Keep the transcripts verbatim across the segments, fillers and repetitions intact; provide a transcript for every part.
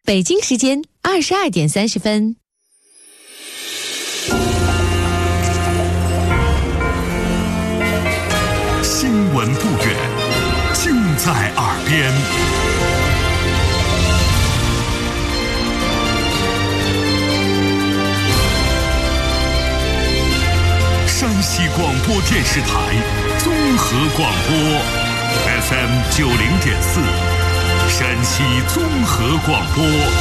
北京时间二十二点三十分。 新闻不远，尽在耳边。山西广播电视台综合广播 F M 九零点四，山西综合广播。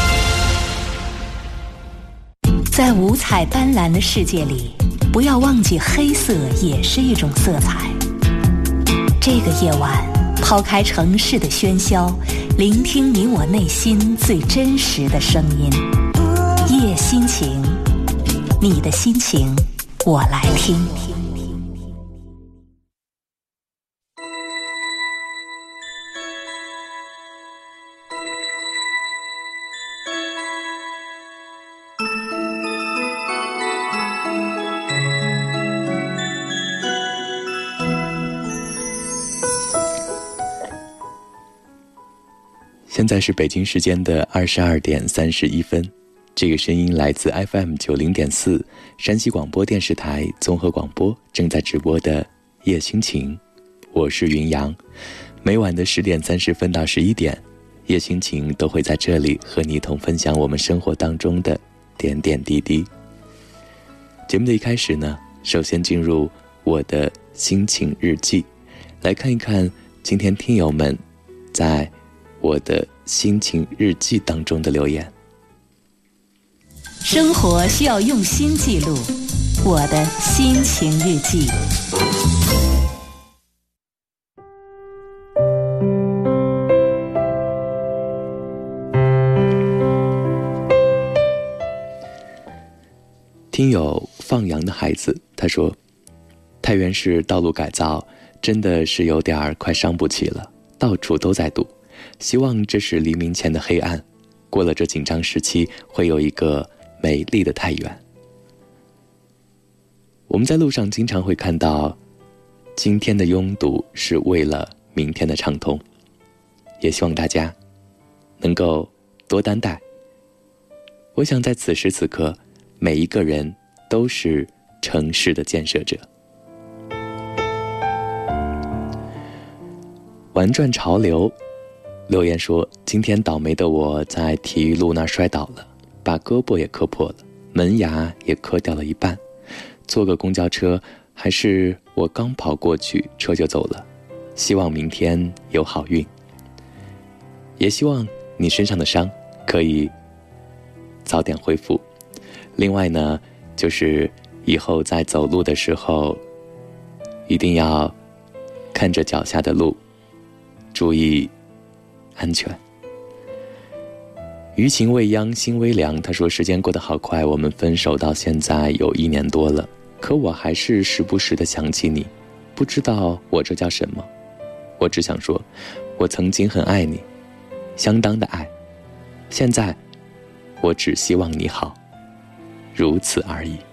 在五彩斑斓的世界里，不要忘记黑色也是一种色彩。这个夜晚，抛开城市的喧嚣，聆听你我内心最真实的声音。夜心情，你的心情，我来听。 现在是北京时间的二十二点三十一分，这个声音来自 F M 九零点四山西广播电视台综合广播正在直播的夜心情，我是云阳。每晚的十点三十分到十一点，夜心情都会在这里和你一同分享我们生活当中的点点滴滴。节目的一开始呢，首先进入我的心情日记，来看一看今天听友们在我的心情日记当中的留言。 生活需要用心记录，我的心情日记。 听友放羊的孩子他说，太原市道路改造真的是有点快伤不起了，到处都在堵，希望这是黎明前的黑暗，过了这紧张时期会有一个美丽的太原。我们在路上经常会看到今天的拥堵是为了明天的畅通，也希望大家能够多担待。我想在此时此刻，每一个人都是城市的建设者。玩转潮流留言说，今天倒霉的我在体育路那儿摔倒了，把胳膊也磕破了，门牙也磕掉了一半，坐个公交车还是我刚跑过去车就走了，希望明天有好运，也希望你身上的伤可以早点恢复。另外呢，就是以后在走路的时候一定要看着脚下的路，注意安全。余情未央心微凉，他说时间过得好快，我们分手到现在有一年多了，可我还是时不时地想起你，不知道我这叫什么，我只想说我曾经很爱你，相当的爱，现在我只希望你好，如此而已。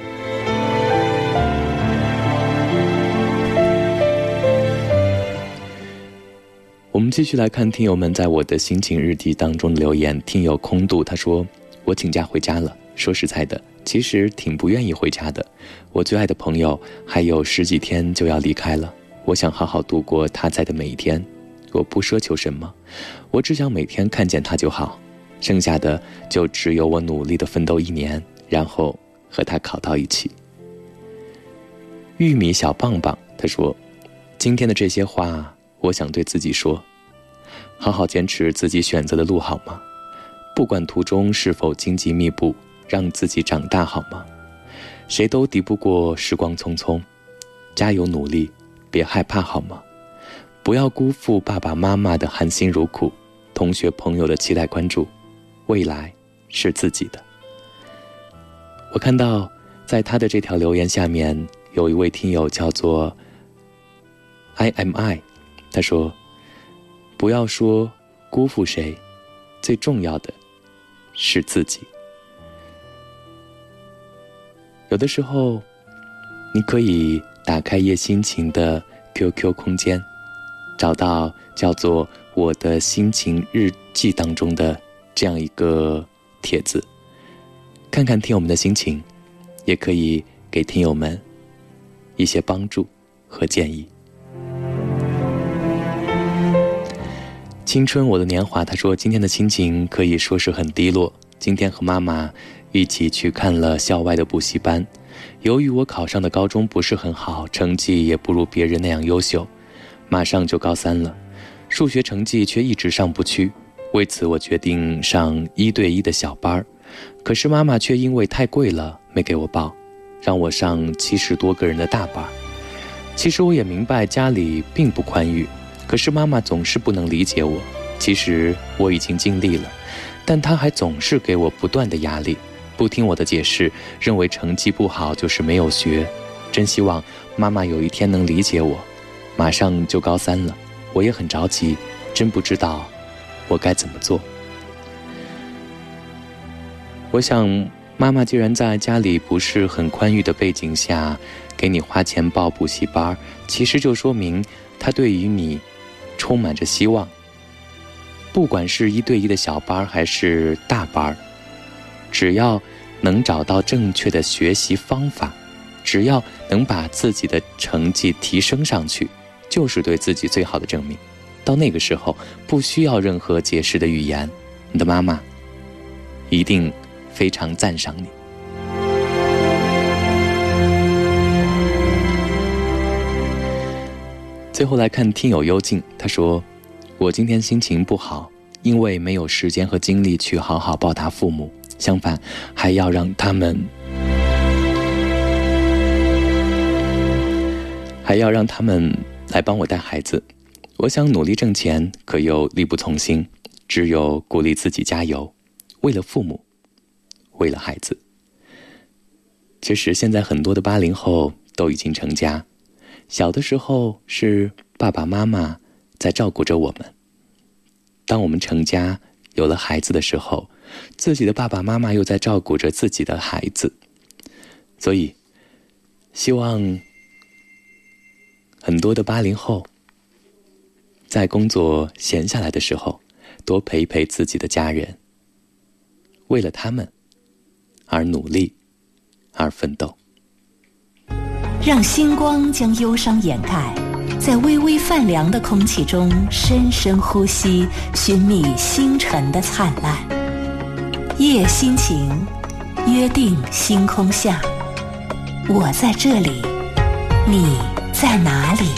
我们继续来看听友们在我的心情日记当中的留言。听友空度他说，我请假回家了，说实在的，其实挺不愿意回家的，我最爱的朋友还有十几天就要离开了，我想好好度过他在的每一天，我不奢求什么，我只想每天看见他就好，剩下的就只有我努力的奋斗一年，然后和他考到一起。玉米小棒棒他说，今天的这些话我想对自己说，好好坚持自己选择的路好吗？不管途中是否荆棘密布，让自己长大好吗？谁都敌不过时光匆匆，加油努力，别害怕好吗？不要辜负爸爸妈妈的含辛茹苦，同学朋友的期待关注，未来是自己的。我看到在他的这条留言下面有一位听友叫做 I M I， 他说，不要说辜负谁，最重要的是自己。有的时候你可以打开夜心情的 Q Q 空间，找到叫做我的心情日记当中的这样一个帖子，看看听友们的心情，也可以给听友们一些帮助和建议。青春我的年华，他说今天的心情可以说是很低落，今天和妈妈一起去看了校外的补习班，由于我考上的高中不是很好，成绩也不如别人那样优秀，马上就高三了，数学成绩却一直上不去，为此我决定上一对一的小班，可是妈妈却因为太贵了没给我报，让我上七十多个人的大班。其实我也明白家里并不宽裕，可是妈妈总是不能理解我，其实我已经尽力了，但她还总是给我不断的压力，不听我的解释，认为成绩不好就是没有学。真希望妈妈有一天能理解我。马上就高三了，我也很着急，真不知道我该怎么做。我想妈妈既然在家里不是很宽裕的背景下给你花钱报补习班，其实就说明她对于你充满着希望。不管是一对一的小班还是大班，只要能找到正确的学习方法，只要能把自己的成绩提升上去，就是对自己最好的证明。到那个时候，不需要任何解释的语言，你的妈妈一定非常赞赏你。最后来看听友幽静，他说我今天心情不好，因为没有时间和精力去好好报答父母，相反还要让他们还要让他们来帮我带孩子。我想努力挣钱，可又力不从心，只有鼓励自己加油，为了父母，为了孩子。其实现在很多的八零后都已经成家，小的时候是爸爸妈妈在照顾着我们，当我们成家有了孩子的时候，自己的爸爸妈妈又在照顾着自己的孩子。所以希望很多的八零后在工作闲下来的时候，多陪陪自己的家人，为了他们而努力，而奋斗。 让星光将忧伤掩盖，在微微泛凉的空气中深深呼吸，寻觅星辰的灿烂。夜心情，约定星空下，我在这里，你在哪里？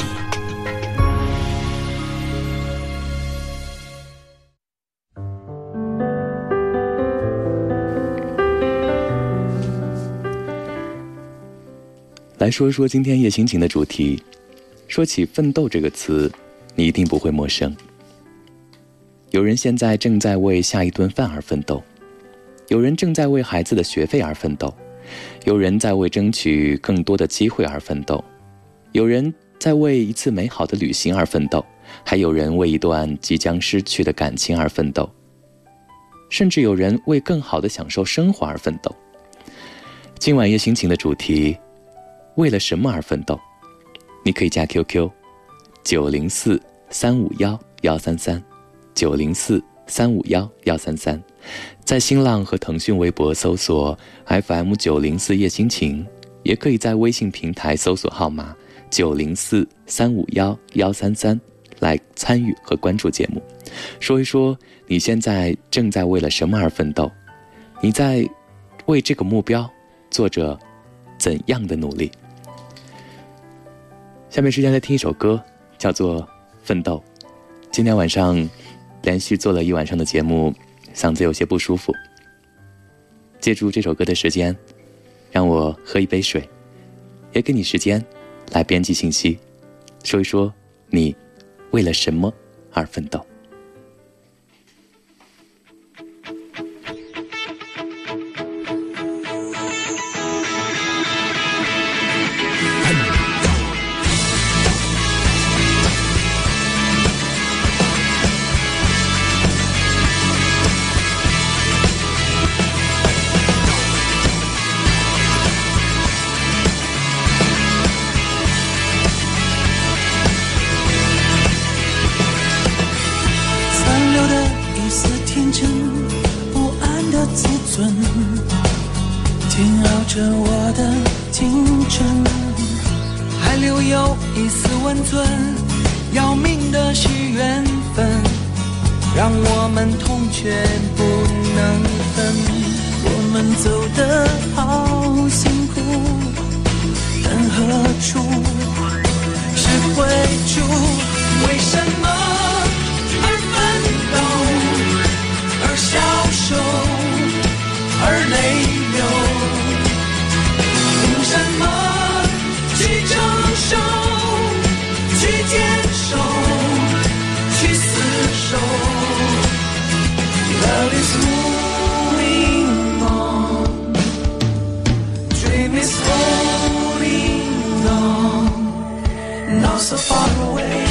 来说说今天夜心情的主题。说起奋斗这个词，你一定不会陌生。有人现在正在为下一顿饭而奋斗，有人正在为孩子的学费而奋斗，有人在为争取更多的机会而奋斗，有人在为一次美好的旅行而奋斗，还有人为一段即将失去的感情而奋斗，甚至有人为更好的享受生活而奋斗。今晚夜心情的主题，为了什么而奋斗？你可以加 Q Q 九零四三五幺幺三三 九零四三五幺幺三三，在新浪和腾讯微博搜索 F M 九零四夜心情，也可以在微信平台搜索号码九零四三五幺幺三三来参与和关注节目，说一说你现在正在为了什么而奋斗，你在为这个目标做着怎样的努力。下面时间来听一首歌，叫做《奋斗》。今天晚上连续做了一晚上的节目，嗓子有些不舒服，借助这首歌的时间，让我喝一杯水，也给你时间来编辑信息，说一说你为了什么而奋斗。 的自尊，煎熬着我的青春，还留有一丝温存。要命的是缘分，让我们痛却不能分。我们走得好辛苦，但何处是归处？为什么而奋斗，而消瘦，而泪流？凭什么去承受，去接受，去厮守？ Love is moving on, dream is holding on, not so far away.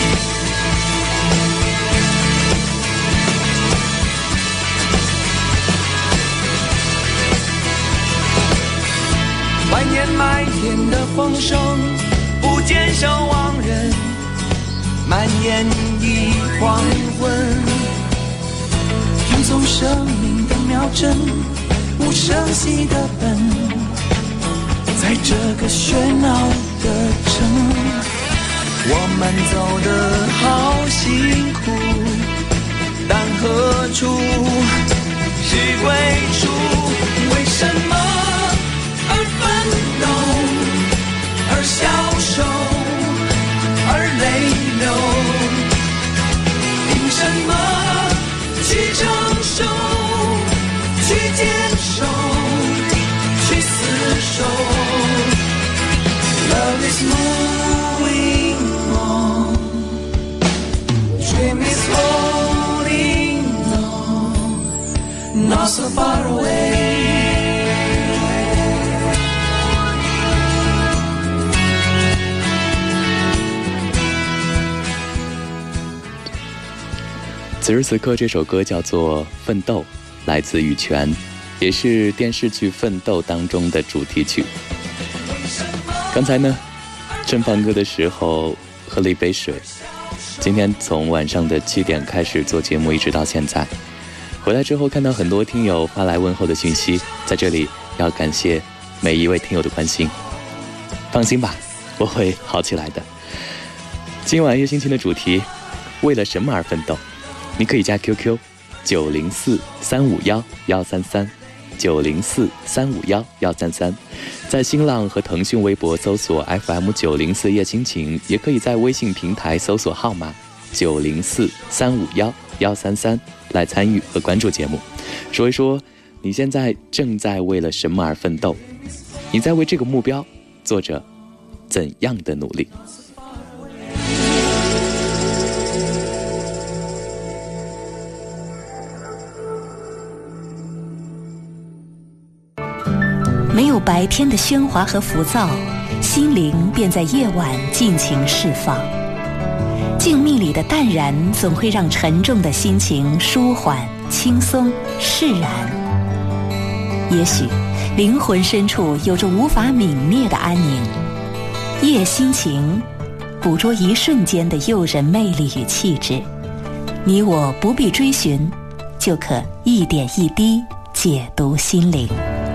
百年麦田的丰盛，不见守望人，蔓延一黄昏。听从生命的秒针，无声息的奔，在这个喧闹的城，我们走得好辛苦，但何处是归处？为什么而奋斗，而消瘦，而泪流？凭什么去承受，去接受，去厮守？ Love is moving on, dream is holding on, not so far away. 此时此刻，这首歌叫做《奋斗》，来自羽泉，也是电视剧《奋斗》当中的主题曲。刚才呢，正放歌的时候喝了一杯水。今天从晚上的七点开始做节目，一直到现在。回来之后看到很多听友发来问候的讯息，在这里要感谢每一位听友的关心。放心吧，我会好起来的。今晚夜心情的主题，为了什么而奋斗？你可以加 Q Q 九零四三五幺幺三三九零四三五幺幺三三，在新浪和腾讯微博搜索 F M 九零四夜心情，也可以在微信平台搜索号码九零四三五幺幺三三来参与和关注节目，说一说你现在正在为了什么而奋斗，你在为这个目标做着怎样的努力。 没有白天的喧哗和浮躁，心灵便在夜晚尽情释放。静谧里的淡然，总会让沉重的心情舒缓、轻松、释然。也许，灵魂深处有着无法泯灭的安宁。夜心情，捕捉一瞬间的诱人魅力与气质，你我不必追寻，就可一点一滴解读心灵。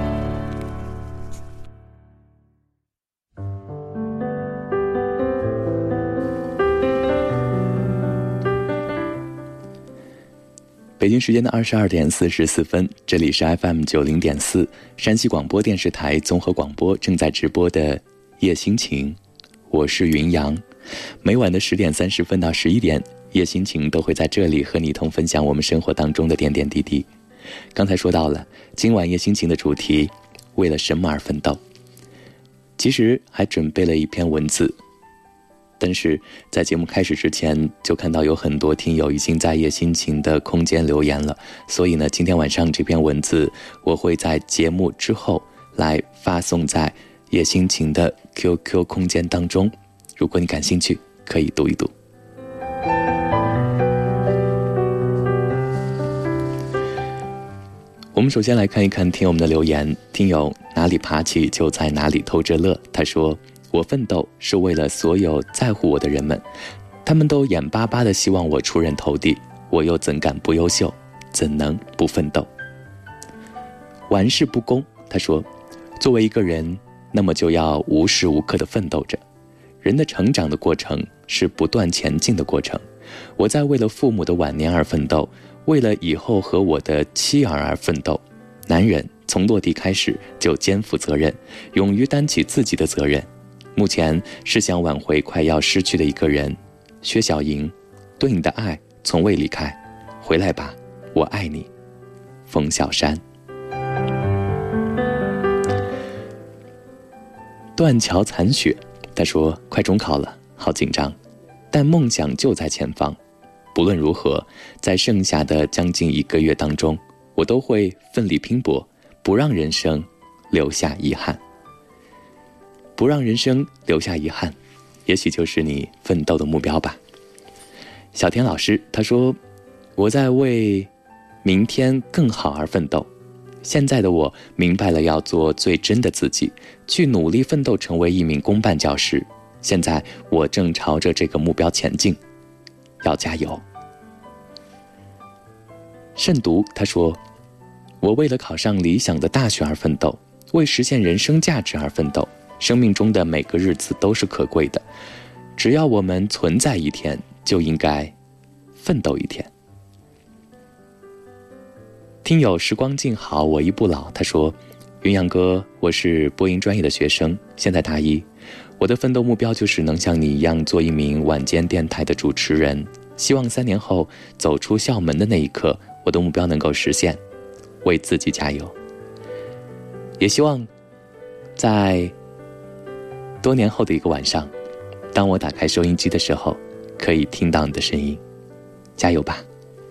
北京时间的二十二点四十四分，这里是 F M 九零点四山西广播电视台综合广播正在直播的夜心情，我是云阳。每晚的十点三十分到十一点，夜心情都会在这里和你一同分享我们生活当中的点点滴滴。刚才说到了今晚夜心情的主题，为了什么而奋斗？其实还准备了一篇文字，但是在节目开始之前就看到有很多听友已经在夜心情的空间留言了，所以呢，今天晚上这篇文字我会在节目之后来发送在夜心情的 Q Q 空间当中，如果你感兴趣可以读一读。我们首先来看一看听友们的留言。听友哪里爬起就在哪里偷着乐，他说，我奋斗是为了所有在乎我的人们，他们都眼巴巴地希望我出人头地，我又怎敢不优秀，怎能不奋斗？ 玩世不恭。他说，作为一个人，那么就要无时无刻地奋斗着。人的成长的过程是不断前进的过程。我在为了父母的晚年而奋斗，为了以后和我的妻儿而奋斗。男人从落地开始就肩负责任，勇于担起自己的责任。目前是想挽回快要失去的一个人。薛小莹，对你的爱从未离开，回来吧，我爱你。冯小山。断桥残雪，他说快中考了，好紧张，但梦想就在前方。不论如何，在剩下的将近一个月当中，我都会奋力拼搏，不让人生留下遗憾。不让人生留下遗憾，也许就是你奋斗的目标吧。小田老师他说，我在为明天更好而奋斗。现在的我明白了要做最真的自己，去努力奋斗成为一名公办教师。现在我正朝着这个目标前进，要加油。慎独他说，我为了考上理想的大学而奋斗，为实现人生价值而奋斗。生命中的每个日子都是可贵的，只要我们存在一天，就应该奋斗一天。听友时光静好，我亦不老，他说，云阳哥，我是播音专业的学生，现在大一，我的奋斗目标就是能像你一样做一名晚间电台的主持人，希望三年后走出校门的那一刻，我的目标能够实现，为自己加油。也希望在多年后的一个晚上，当我打开收音机的时候，可以听到你的声音，加油吧。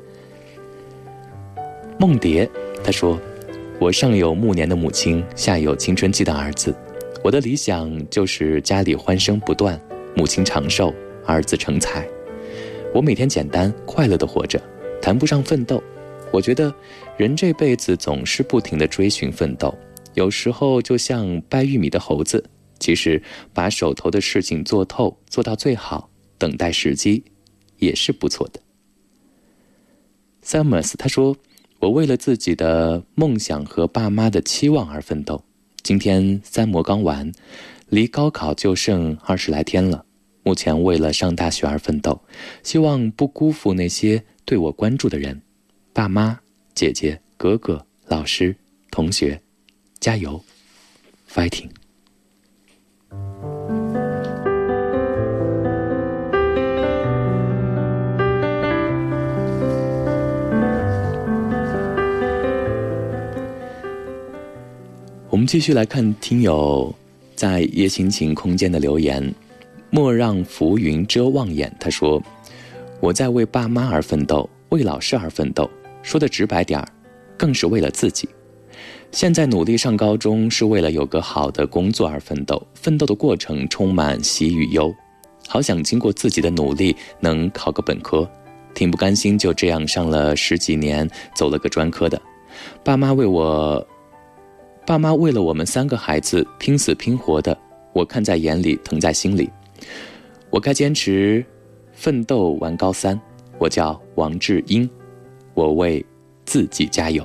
梦蝶他说，我上有暮年的母亲，下有青春期的儿子，我的理想就是家里欢声不断，母亲长寿，儿子成才。我每天简单快乐地活着，谈不上奋斗。我觉得人这辈子总是不停地追寻奋斗，有时候就像掰玉米的猴子，其实把手头的事情做透，做到最好，等待时机也是不错的。 Summers 他说，我为了自己的梦想和爸妈的期望而奋斗。今天三模刚完，离高考就剩二十来天了。目前为了上大学而奋斗，希望不辜负那些对我关注的人，爸妈、姐姐、哥哥、老师、同学，加油 ，fighting！我们继续来看听友在夜心情空间的留言。莫让浮云遮望眼，他说，我在为爸妈而奋斗，为老师而奋斗，说的直白点儿，更是为了自己。现在努力上高中是为了有个好的工作而奋斗，奋斗的过程充满喜与忧，好想经过自己的努力能考个本科，挺不甘心就这样上了十几年，走了个专科的。爸妈为我爸妈为了我们三个孩子拼死拼活的，我看在眼里，疼在心里。我该坚持奋斗完高三。我叫王志英，我为自己加油。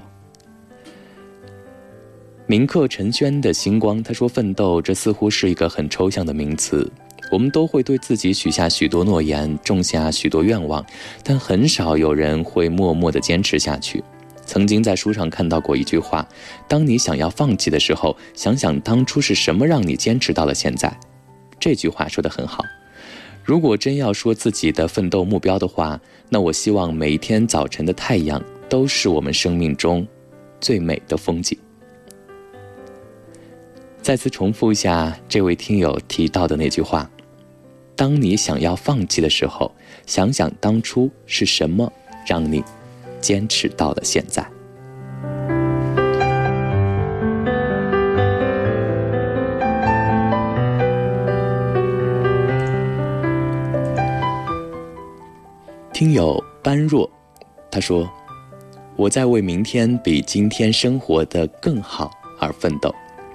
铭刻陈轩的星光，他说，奋斗这似乎是一个很抽象的名词，我们都会对自己许下许多诺言，种下许多愿望，但很少有人会默默地坚持下去。曾经在书上看到过一句话，当你想要放弃的时候，想想当初是什么让你坚持到了现在。这句话说得很好。如果真要说自己的奋斗目标的话，那我希望每一天早晨的太阳都是我们生命中最美的风景。再次重复一下这位听友提到的那句话，当你想要放弃的时候，想想当初是什么让你坚持到了现在。听友般若他说，我在为明天比今天生活得更好而奋斗。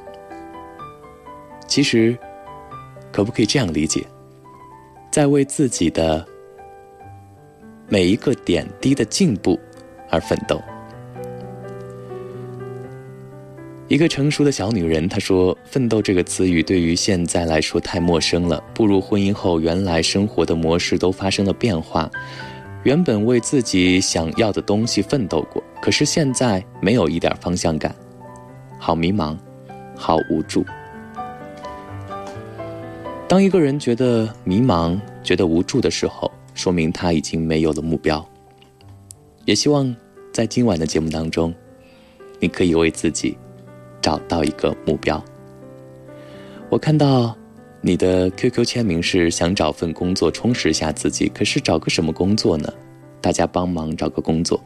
其实可不可以这样理解，在为自己的每一个点滴的进步而奋斗。 一个成熟的小女人，她说，奋斗这个词语对于现在来说太陌生了。步入婚姻后，原来生活的模式都发生了变化，原本为自己想要的东西奋斗过，可是现在没有一点方向感，好迷茫，好无助。当一个人觉得迷茫，觉得无助的时候，说明他已经没有了目标。也希望在今晚的节目当中，你可以为自己找到一个目标。我看到你的 Q Q 签名是想找份工作充实一下自己，可是找个什么工作呢？大家帮忙找个工作。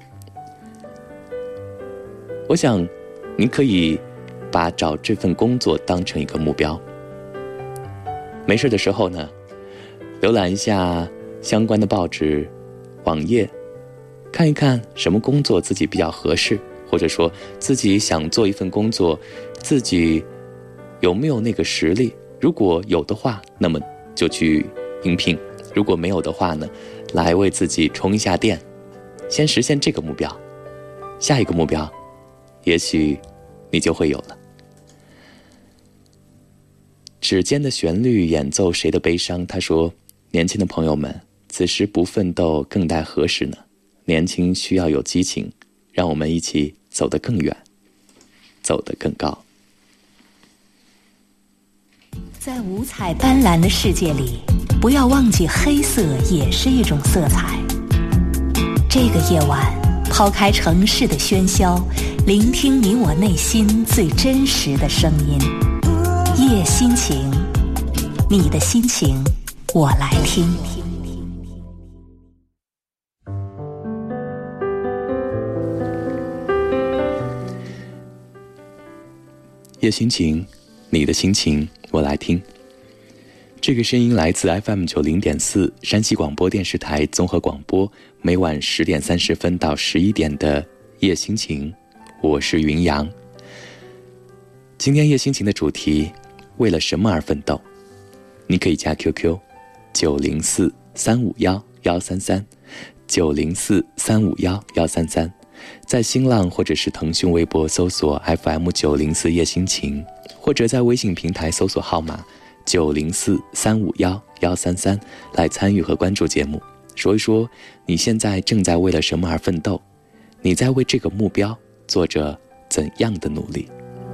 我想你可以把找这份工作当成一个目标。没事的时候呢，浏览一下相关的报纸、网页，看一看什么工作自己比较合适，或者说自己想做一份工作，自己有没有那个实力？如果有的话，那么就去应聘；如果没有的话呢，来为自己充一下电，先实现这个目标。下一个目标，也许你就会有了。指尖的旋律演奏谁的悲伤？他说，年轻的朋友们，此时不奋斗更待何时呢？年轻需要有激情，让我们一起走得更远，走得更高。 在五彩斑斓的世界里，不要忘记黑色也是一种色彩。这个夜晚，抛开城市的喧嚣，聆听你我内心最真实的声音。夜心情，你的心情，我来听。 夜心情，你的心情，我来听。这个声音来自 F M 九零点四山西广播电视台综合广播，每晚十点三十分到十一点的夜心情，我是云阳。今天夜心情的主题，为了什么而奋斗？你可以加 Q Q 九零四三五幺幺三三九零四三五幺幺三三，在新浪或者是腾讯微博搜索 F M 九零四夜心情，或者在微信平台搜索号码九零四三五幺幺三三来参与和关注节目，说一说你现在正在为了什么而奋斗，你在为这个目标做着怎样的努力。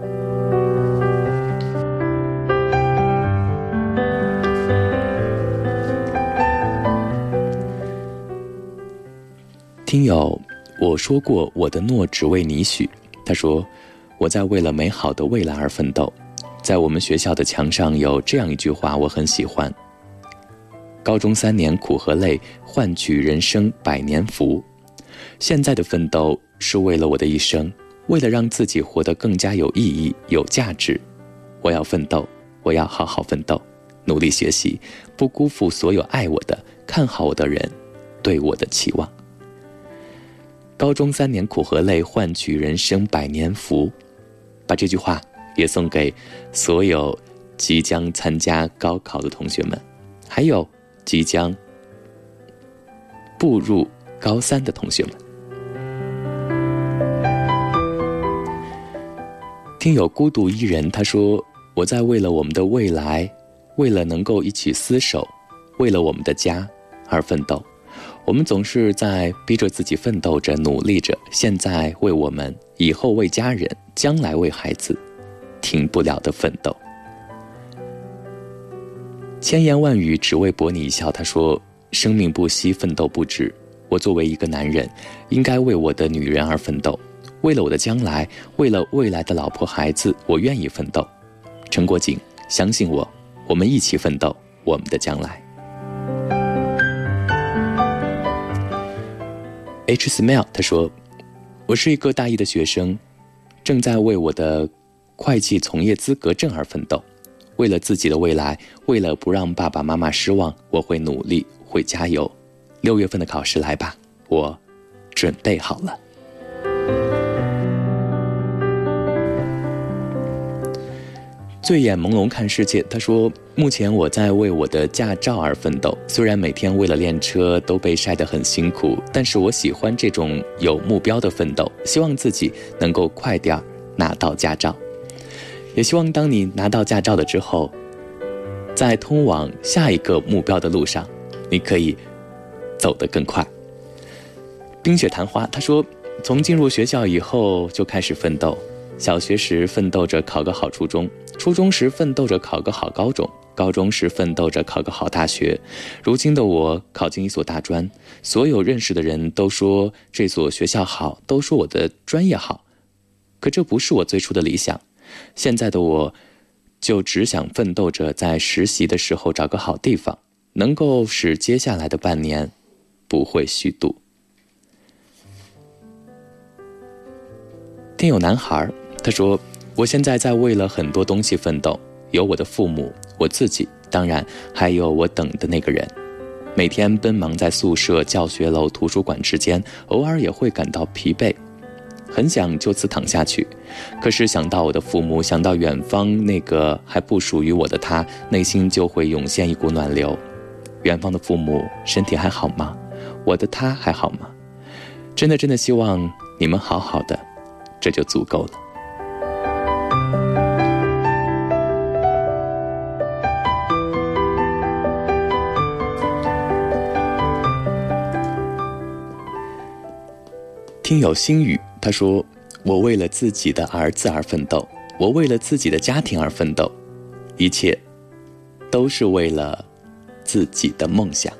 听友我说过我的诺只为你许，他说，我在为了美好的未来而奋斗。在我们学校的墙上有这样一句话，我很喜欢：高中三年苦和累，换取人生百年福。现在的奋斗是为了我的一生，为了让自己活得更加有意义、有价值。我要奋斗，我要好好奋斗，努力学习，不辜负所有爱我的、看好我的人对我的期望。高中三年苦和累，换取人生百年福。把这句话也送给所有即将参加高考的同学们，还有即将步入高三的同学们。听友孤独一人，他说，我在为了我们的未来，为了能够一起厮守，为了我们的家而奋斗。我们总是在逼着自己奋斗着，努力着，现在为我们，以后为家人，将来为孩子，停不了的奋斗。千言万语只为博你一笑，他说，生命不息，奋斗不止。我作为一个男人，应该为我的女人而奋斗，为了我的将来，为了未来的老婆孩子，我愿意奋斗。陈国景，相信我，我们一起奋斗我们的将来。H Smile 他说，我是一个大一的学生，正在为我的会计从业资格证而奋斗。为了自己的未来，为了不让爸爸妈妈失望，我会努力，会加油。六月份的考试来吧，我准备好了。醉眼朦胧看世界，他说，目前我在为我的驾照而奋斗，虽然每天为了练车都被晒得很辛苦，但是我喜欢这种有目标的奋斗，希望自己能够快点拿到驾照。 也希望当你拿到驾照了之后，在通往下一个目标的路上，你可以走得更快。冰雪昙花他说，从进入学校以后就开始奋斗，小学时奋斗着考个好初中，初中时奋斗着考个好高中，高中时奋斗着考个好大学，如今的我考进一所大专，所有认识的人都说这所学校好，都说我的专业好，可这不是我最初的理想。现在的我就只想奋斗着在实习的时候找个好地方，能够使接下来的半年不会虚度。听友男孩他说，我现在在为了很多东西奋斗，有我的父母，我自己，当然还有我等的那个人。每天奔忙在宿舍、教学楼、图书馆之间，偶尔也会感到疲惫，很想就此躺下去。可是想到我的父母，想到远方那个还不属于我的他，内心就会涌现一股暖流。远方的父母身体还好吗？我的他还好吗？真的真的希望你们好好的，这就足够了。听友心语他说，我为了自己的儿子而奋斗，我为了自己的家庭而奋斗，一切都是为了自己的梦想。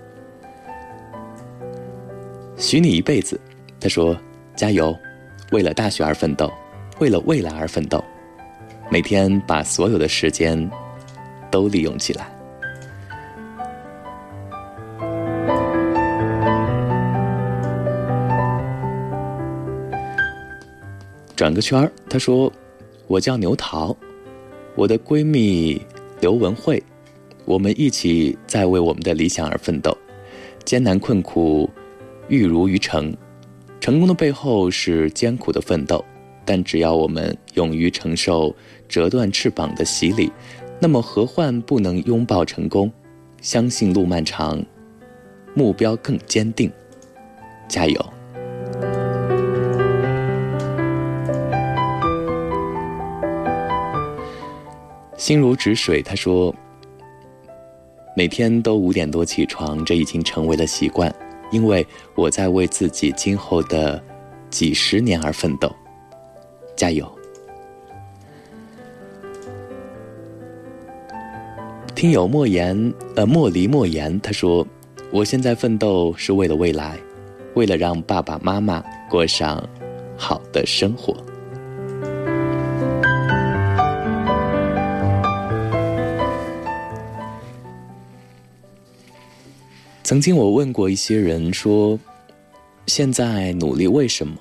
许你一辈子他说，加油，为了大学而奋斗，为了未来而奋斗，每天把所有的时间都利用起来。转个圈儿他说，我叫牛桃，我的闺蜜刘文慧，我们一起在为我们的理想而奋斗，艰难困苦欲如于成，成功的背后是艰苦的奋斗，但只要我们勇于承受折断翅膀的洗礼，那么何患不能拥抱成功？相信路漫长，目标更坚定，加油！心如止水他说，每天都五点多起床，这已经成为了习惯，因为我在为自己今后的几十年而奋斗，加油！听友莫言呃莫离莫言他说，我现在奋斗是为了未来，为了让爸爸妈妈过上好的生活。曾经我问过一些人说，现在努力为什么？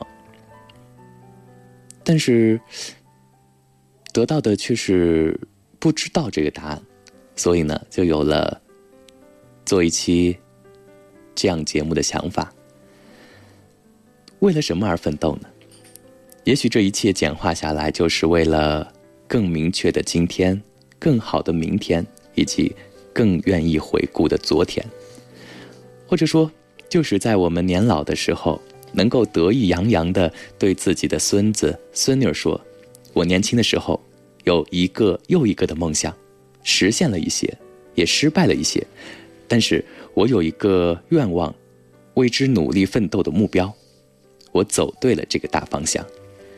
但是得到的却是不知道这个答案，所以呢，就有了做一期这样节目的想法。为了什么而奋斗呢？也许这一切简化下来，就是为了更明确的今天，更好的明天，以及更愿意回顾的昨天。或者说，就是在我们年老的时候，能够得意洋洋地对自己的孙子孙女说，我年轻的时候有一个又一个的梦想，实现了一些，也失败了一些，但是我有一个愿望，为之努力奋斗的目标，我走对了这个大方向。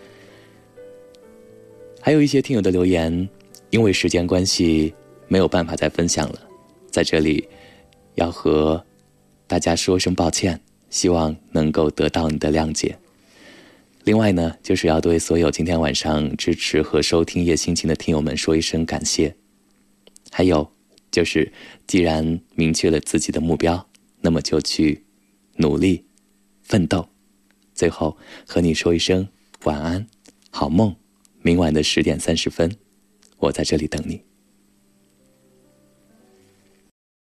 还有一些听友的留言，因为时间关系没有办法再分享了，在这里要和大家说声抱歉，希望能够得到你的谅解。另外呢，就是要对所有今天晚上支持和收听夜心情的听友们说一声感谢。还有就是，既然明确了自己的目标，那么就去努力奋斗。最后和你说一声晚安，好梦。明晚的十点三十分，我在这里等你。